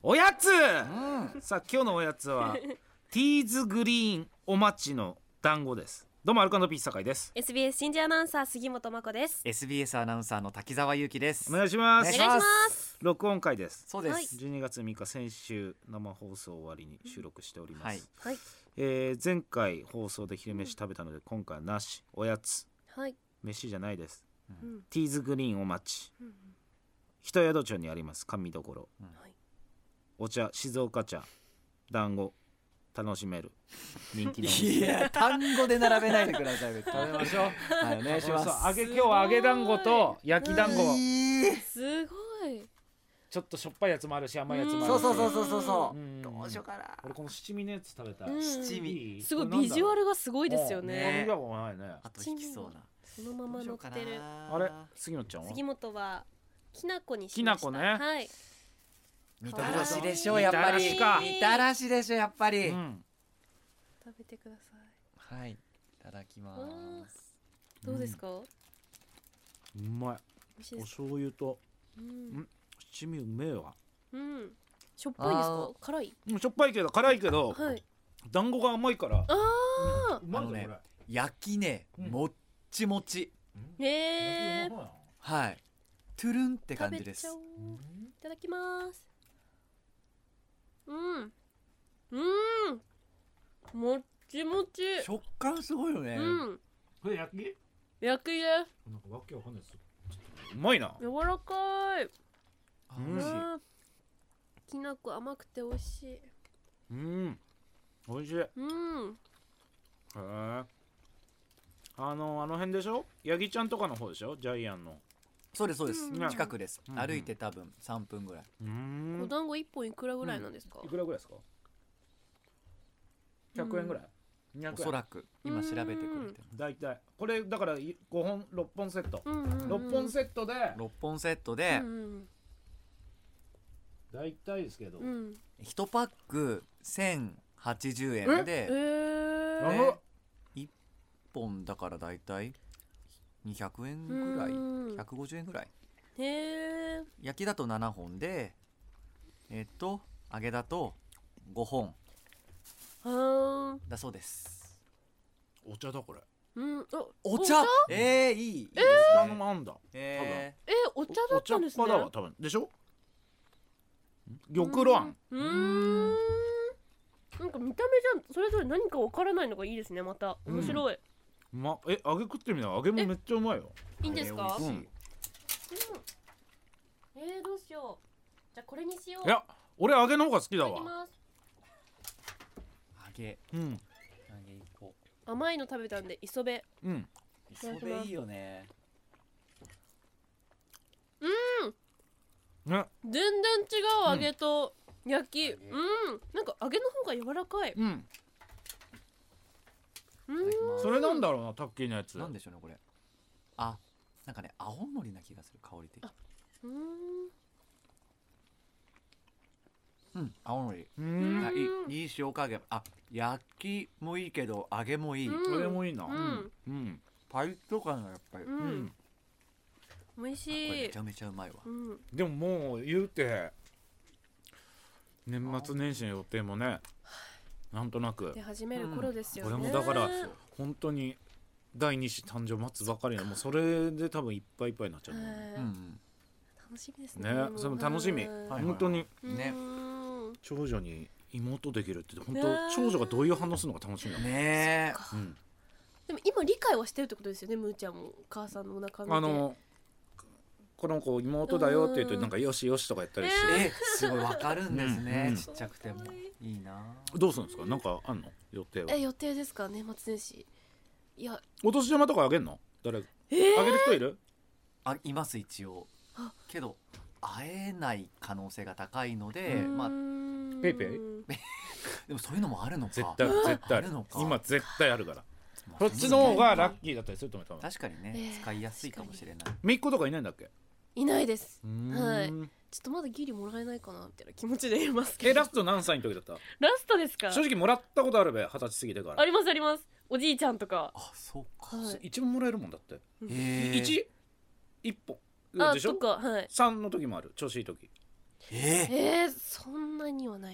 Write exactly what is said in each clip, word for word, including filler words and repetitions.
おやつ、 うん、 さあ今日のおやつはティーズグリーンお町の団子です。どうもアルカンドピース酒井です。 エスビーエス 新人アナウンサー杉本真子です。 エスビーエス アナウンサーの滝沢祐希です。 お願いします。 お願いします。 録音会です。 そうです、 はいじゅうにがつみっか先週生放送終わりに収録しております、 はいはいえー前回放送で昼飯食べたので今回はなし、おやつ、 はい、 飯じゃないです。 うんティーズグリーンお町、 うん人宿町にあります甘味どころ、 はい、 お茶、静岡茶、団子楽しめる人気のお店。 いや単語で並べないでください食食べましょう。 はいお願いします。 揚げ今日は揚げ団子と焼き団子、 すごい。 ちょっとしょっぱいやつもあるし甘いやつもあるし。 そうそうそうそうそうそううんどうしようかな。 俺この七味のやつ食べたい、 うん七味いいすごいビジュアルがすごいですよねね。 見たことないね。 あと引きそうな。 そのまま乗ってる。 あれ杉野ちゃんは杉本はきなこにしました。 きなこねはい。 みたらしでしょやっぱり。 みたらしかみたらしでしょやっぱり。 うん食べてください。 はいいただきます。 どうですか？ うまい。お美味しいですか？ 醤油とうん七味うめえわ。 うん。しょっぱいですあか？辛い？ うんしょっぱいけど辛いけど、 はい。 団子が甘いからああ。 うまいぞこれ。 あのね焼きねうんもっちもち。 へえ。 はいトゥルンって感じです。 食べちゃおう。いただきます。うん。うん。もっちもち。 食感すごいよね。 うん。 これ焼き？ 焼きです。 なんかわけわかんないです。うまいな。 柔らかい。 うんあ美味しい。 あーきなこ甘くて美味しい。 うん。美味しい。へうん。 え。あのあの辺でしょ？ヤギちゃんとかの方でしょ？ジャイアンの。 そうですそうですうん近くです。 うん歩いて多分さんぷんぐらい。 うーん。 お団子一本いくらぐらいなんですか？ いくらぐらいですか？ひゃくえんぐらい？にひゃくえん。 おそらく今調べてくれてる。 だいたいこれだからごほんろっぽんセット、 うんうんうん。 ろっぽんセットでろっぽんセットうでんだいたいですけど、 うんうん。 いちパックせんはちじゅうえんえでー。 長っいっぽんだからだいたいにひゃくえんぐらいうんひゃくごじゅうえんぐらい。 へえ。 焼きだとななほんでえっと揚げだとごほんはーん。 だそうです。 お茶だこれ。 うん。あお茶えー、いいいいですお茶のね。 もあんだ。 ええお茶だったんですね。 お茶っ葉だわ多分でしょ。玉露あん。 うーん。なんか見た目じゃそれぞれ何かわからないのがいいですね。また面白い。 まえ揚げ食ってみな。揚げもめっちゃうまいよ。 いいんですか？うん。 えー美味しいえー、どうしよう。じゃあこれにしよう。 いや俺揚げの方が好きいだわ。 ただきます。 揚げうん揚げいこ甘いの食べたんで磯辺。 うん。 う。それいいよね。 ね全然違う揚げと焼き。うん。なんか揚げの方が柔らかい。 うん。 うん。 それなんだろうなタッキーのやつ。 なんでしょうねこれ。あなんかね青のりな気がする香り的。 うん。 うん青のり。 うーん。 あいいいい塩加減。あ焼きもいいけど揚げもいい。 うん揚げもいいな。 うんうん。 パリッと感がやっぱり。 う。 うんん。 美味しこれめいち。ゃめちゃうまいわ。 うん。 でももう言うて年末年始の予定もねなんとなくで始める頃ですよね。 これもだから本当にだいに子誕生待つばかりのもうそれで多分いっぱいいっぱいになっちゃうはいうん楽しみですね。 ねそれも楽しみはい本当にねうん長女に妹できるって本ね当長女がどういう反応するのか楽しみだうん。ねえ。 うんでも今理解はしてるってことですよね。むーちゃんも母さんのお腹見て。 あのこの子妹だよって言うとなんかよしよしとかやったりしてえすごいわかるんですね、 うんうんちっちゃくてもいいな。 どうするんですかなんかあんの予定はえ予定ですか年末年始。いやお年玉とかあげんの誰えーあげる人いるあいます一応あけど会えない可能性が高いので、 うーんまあペイペイでもそういうのもあるのか。 絶対絶対あるあるのか今絶対あるからまあそっちの方がラッキーだったりすると思う多分確かにね、 えー使いやすいかもしれない。 姪っ子とかいないんだっけいないです。 うーんはいちょっとまだギリもらえないかなみたいな気持ちでいますけえど。 ラスト何歳の時だったラストですか？ 正直もらったことあるべ二十歳過ぎてからありますあります。おじいちゃんとか。 あそうか。 はい。 一番もらえるもんだってえー、 一一本あでしょとかはい。 三の時もある調子いい時えー、 えー、そんな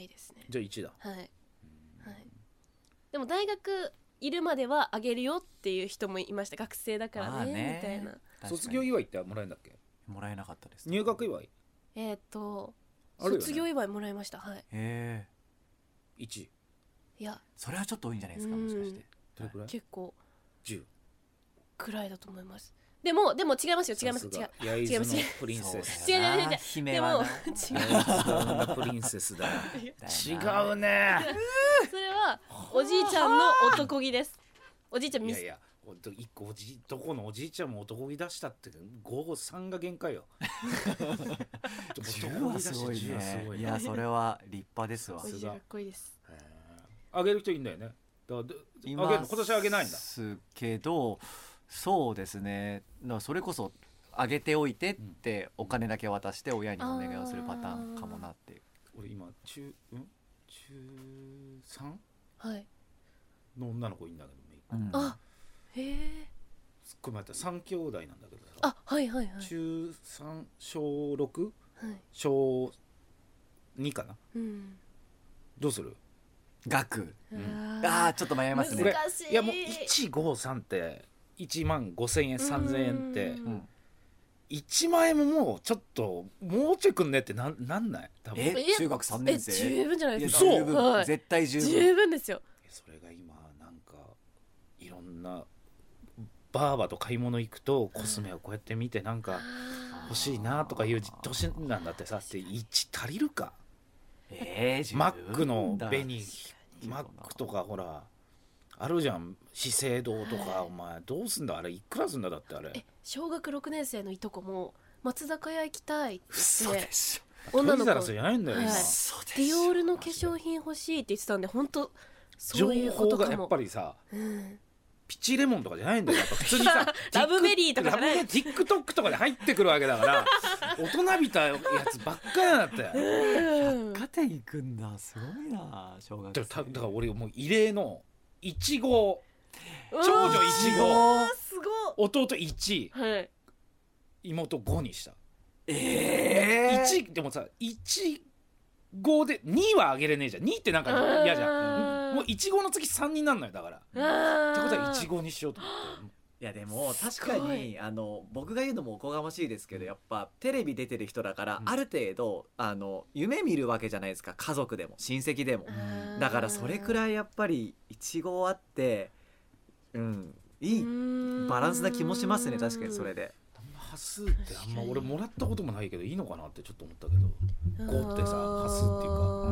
ないですね。 じゃあいちだ。 はい、はい、でも大学いるまではあげるよっていう人もいました。学生だからね、 ねみたいな。 卒業祝いってもらえるんだっけ？ もらえなかったです。 入学祝いえっ、ー、とあるよね、 卒業祝いもらいました。はい。へえいち。 いやそれはちょっと多いんじゃないですか、もしかして。 どれくらい？ 結構じゅうくらいだと思います。でもでも違いますよ、違います、違う焼津のプリンセス。 違う違う違う違う。 姫はなでも焼津のプリンセスだ。違うね。 それはおじいちゃんの男気です。おじいちゃんミス。 いやいや、一個おじどこのおじいちゃんも男気出したってご、さんが限界よ。 じゅうはすごいね。いや、それは立派ですわ。 おじいちゃんかっこいいです。 あげる人いいんだよね。だあげる今年あげないんだ。 すけど、そうですね。それこそあげておいてってお金だけ渡して親にお願いをするパターンかもなっていう。 俺今中うん中さんはいの女の子いいんだけど、 うん、あへえ。 すっごい待って、さん兄弟なんだけどさ。 あはいはいはい。 中さん小ろく、 はい、 小にかな、うん、どうする？ 額、うん、ああちょっと迷いますね。 難しい。 いやもういちごさんっていちまんごせんえんさんぜんえんって、うん、いちまん円ももうちょっともうちょいくんねってな ん, なんない多分。 え中学さんねん生十分じゃないですか。 そう、 はい、 絶対十分十分ですよ。 それが今なんかいろんなバーバと買い物行くとコスメをこうやって見てなんか欲しいなとかいう年なんだってさ。っていち足りるか？ えー、 マックの紅マックとかほらあるじゃん、資生堂とか。お前どうすんだあれ、いくらすんだだってあれ。 え小学ろくねん生のいとこも松坂屋行きたいって嘘でしょ。女の子じゃないんだよ、 はい、ディオールの化粧品欲しいって言ってたんで、本当そういうことかも。 情報がやっぱりさ、 うん、 ピチレモンとかじゃないんだよ。やっぱ普通にさラブベリーとかじゃない。 ラブベリー TikTok とかで入ってくるわけだから大人びたやつばっかりだったよ。 百貨店行くんだ、すごいな小学生。 だから俺もう異例のいち号、長女いち号、弟いち、はい、妹ごにした。 ええー、 いちでもさいち号でにはあげれねえじゃん。にってなんか嫌じゃん。もういち号の次さんになるのよ。だからってことはいち号にしようと思って。 いやでも確かにあの僕が言うのもおこがましいですけど、やっぱテレビ出てる人だから、うん、ある程度あの夢見るわけじゃないですか。家族でも親戚でも。だからそれくらいやっぱりいち号あって、うん、いいバランスな気もしますね。確かにそれで端数ってあんま俺もらったこともないけどいいのかなってちょっと思ったけど、ごってさ端数っていうか、うん、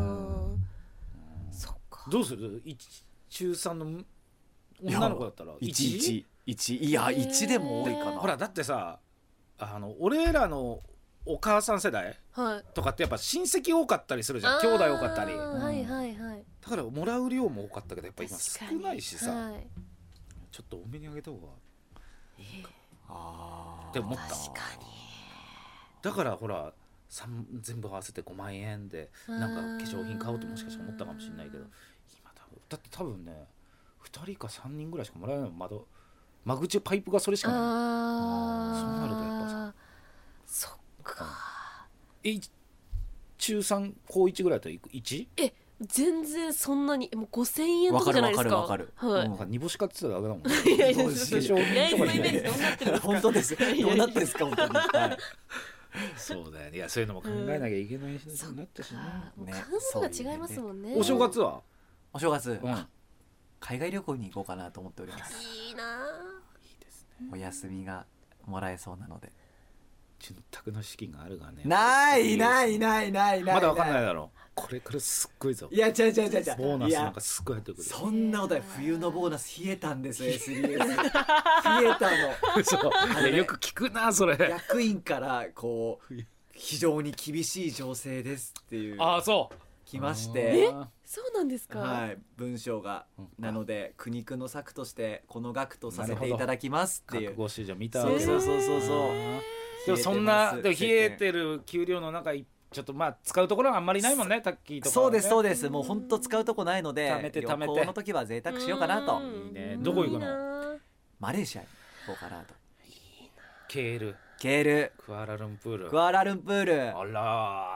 そっか。どうする中さんの女の子だったら いち? いちいちいやいちでも多いかな。 ほらだってさあの俺らのお母さん世代とかってやっぱ親戚多かったりするじゃん、兄弟多かったり、 はいはいはい、 だからもらう量も多かったけどやっぱ今少ないしさ、はい、ちょっと多めにあげた方がいいかあって思った。確かに。だからほら全部合わせてごまんえんでなんか化粧品買おうともしかしたら思ったかもしれないけど、今多分だって多分ねふたりかさんにんぐらいしかもらえないの。窓間口パイプがそれしかない。そうなるとやっぱさ、 そっか。 え中さん高いちぐらいだったら いち？ え全然そんなにもうごせんえんとかじゃないですか。 わかるわかるわかる、 はい、 煮干し買ってただけだもん、ね、いやいや化粧品とかね本当ですどうなってんですか本当に、はい、 そうだよね。いやそういうのも考えなきゃいけないしになったしね。 もう感想が違いますもんね。 お正月はお正月、うん、海外旅行に行こうかなと思っております。 いいな。 いいですね。 お休みがもらえそうなので。 潤沢の資金があるがね。 ないないないないない。 まだわかんないだろう。これからすっごいぞ。 いや違う違う違う違う。ボーナスなんかすっごい入ってくる。 そんなことない。冬のボーナス冷えたんですよ エスビーエス。冷えたの。 そう。ね、よく聞くなそれ。 役員からこう非常に厳しい情勢ですっていう。 ああそう。 来まして。 えそうなんですか。 はい、文章が、うん、なので苦肉の策としてこの額とさせていただきますっていう。 覚悟指示を見たわけだ。 そうそうそうそう。 でもそんな冷えてる給料の中ちょっとまあ使うところはあんまりないもんね。タッキーとか、ね、 そうですそうです。もう本当使うとこないので貯めて貯めて旅行の時は贅沢しようかなと。 いいね。どこ行くの？ マレーシアに行こうかなと。 いいな。ケールケールクアラルンプールクアラルンプール。 あら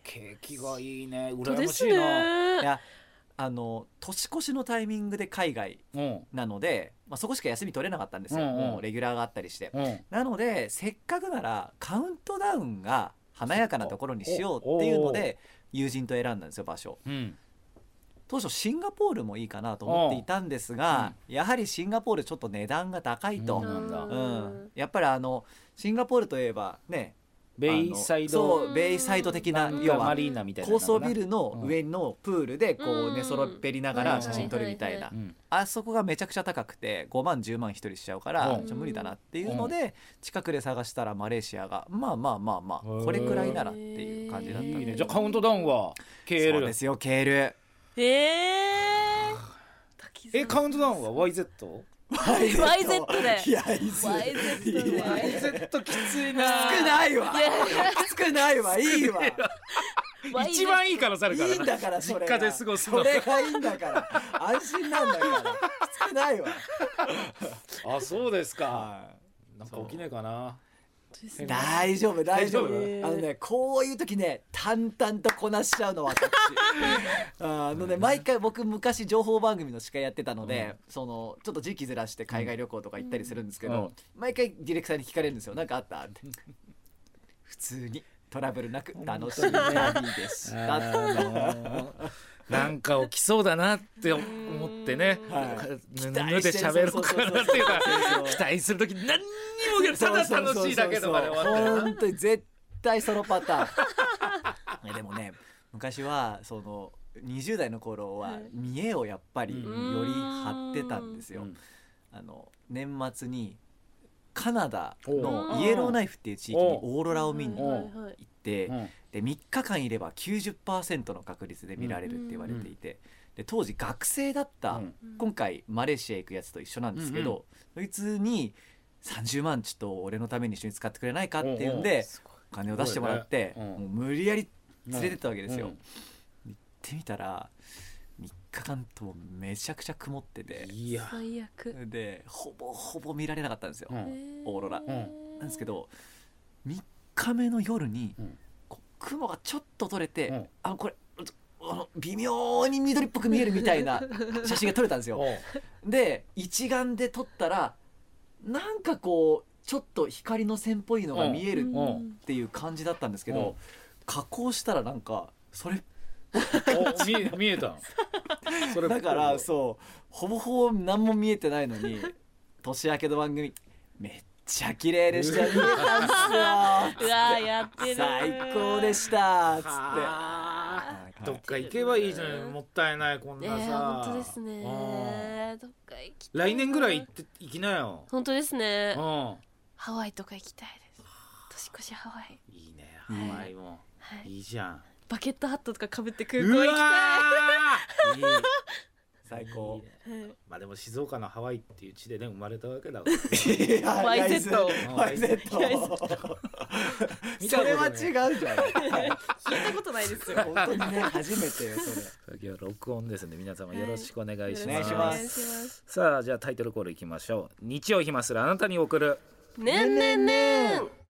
景気がいいね、羨本当でましいな。 すね。 いやあの年越しのタイミングで海外うんなので、まあ、そこしか休み取れなかったんですよ、 うんうんもうレギュラーがあったりして、 うんなのでせっかくならカウントダウンが華やかなところにしようっていうので友人と選んだんですよ場所。 うん当初シンガポールもいいかなと思っていたんですが、やはりシンガポールちょっと値段が高いと、 うんなんだうんやっぱりあのシンガポールといえばねベイサイあのドそうベイサイド的ななん要はかマリーナみたいな高のかな層ビルの上のプールでこうんう寝そろっぺりながら写真撮るみたいな、 うんあそこがめちゃくちゃ高くてごまんじゅうまん一人しちゃうからうんちょ無理だなっていうので近くで探したらマレーシアがまあまあまあまあこれくらいならっていう感じだったんで、 いいね。じゃあカウントダウンは ケーエル。 そうですよ ケーエル。 えー、滝沢えカウントダウンは ワイゼット？ ワイゼット でいやいずワイゼットでワイゼットきついな。 少ないわいや少ないわいいわワイゼット一番いい可能性あるからな。 いいんだからそれが実家で過ごすのそれがいいんだから安心なんだから少ないわあそうですか。 はなんか起きねえかな。 い大丈夫大丈夫大丈夫あのねこういう時ね淡々とこなしちゃうの私あのね毎回僕昔情報番組の司会やってたので、そのちょっと時期ずらして海外旅行とか行ったりするんですけど、毎回ディレクターに聞かれるんですよなんかあったって普通にトラブルなく楽しい旅でしたあのなんか起きそうだなって思ってね、 はいぬぬぬで喋ろうかなっていうかそう期待するとき何にもただ楽しいだけとかで終わってるな。 本当に絶対そのパターンいやでもね昔はそのにじゅう代の頃は見栄をやっぱりより張ってたんですよ、 うんあの年末にカナダおのイエローナイフっていう地域にオーロラを見にお行ってうんでみっかかんいれば きゅうじゅっパーセント の確率で見られるって言われていてで当時学生だった、 うん今回マレーシア行くやつと一緒なんですけど、そいつにさんじゅうまんちょっと俺のために一緒に使ってくれないかっていうんでお金を出してもらって、 すごいねうんもう無理やり連れてったわけですよ、 うん行ってみたらみっかかんともめちゃくちゃ曇ってていや、 最悪でほぼほぼ見られなかったんですよ、 うんオーロラんなんですけどみっかめの夜に、 うんこう雲がちょっと取れて、 うんあこれあの微妙に緑っぽく見えるみたいな写真が撮れたんですよおうで一眼で撮ったらなんかこうちょっと光の線っぽいのが見えるうんっていう感じだったんですけうんど加工したらなんかそれお見え見えたのそれだからそうほぼほぼ何も見えてないのに年明けの番組めっちゃ綺麗でしたよ見えたんですようわーやってる最高でしたっつってはあどっか行けばいいじゃないもったいないこんねえなさ、 本当ですねどっか行きたい来年ぐらい行って行きなよ。 本当ですねうんハワイとか行きたいです年越しハワイいいねハワイも、 はいいいじゃん。 バケットハットとかかぶって空うわ港行きーいい最高いいねたいはいまあでも静岡のハワイっていう地でね生まれたわけだからワイゼットワイゼットワイゼそれは違うじゃん聞いたことないですよ本当にね初めてよそれ今日は録音ですね。皆様よろしくお願いしお願います。 しますすさあじゃあタイトルコールいきましょう。日曜暇するあなたに送るねんねんねん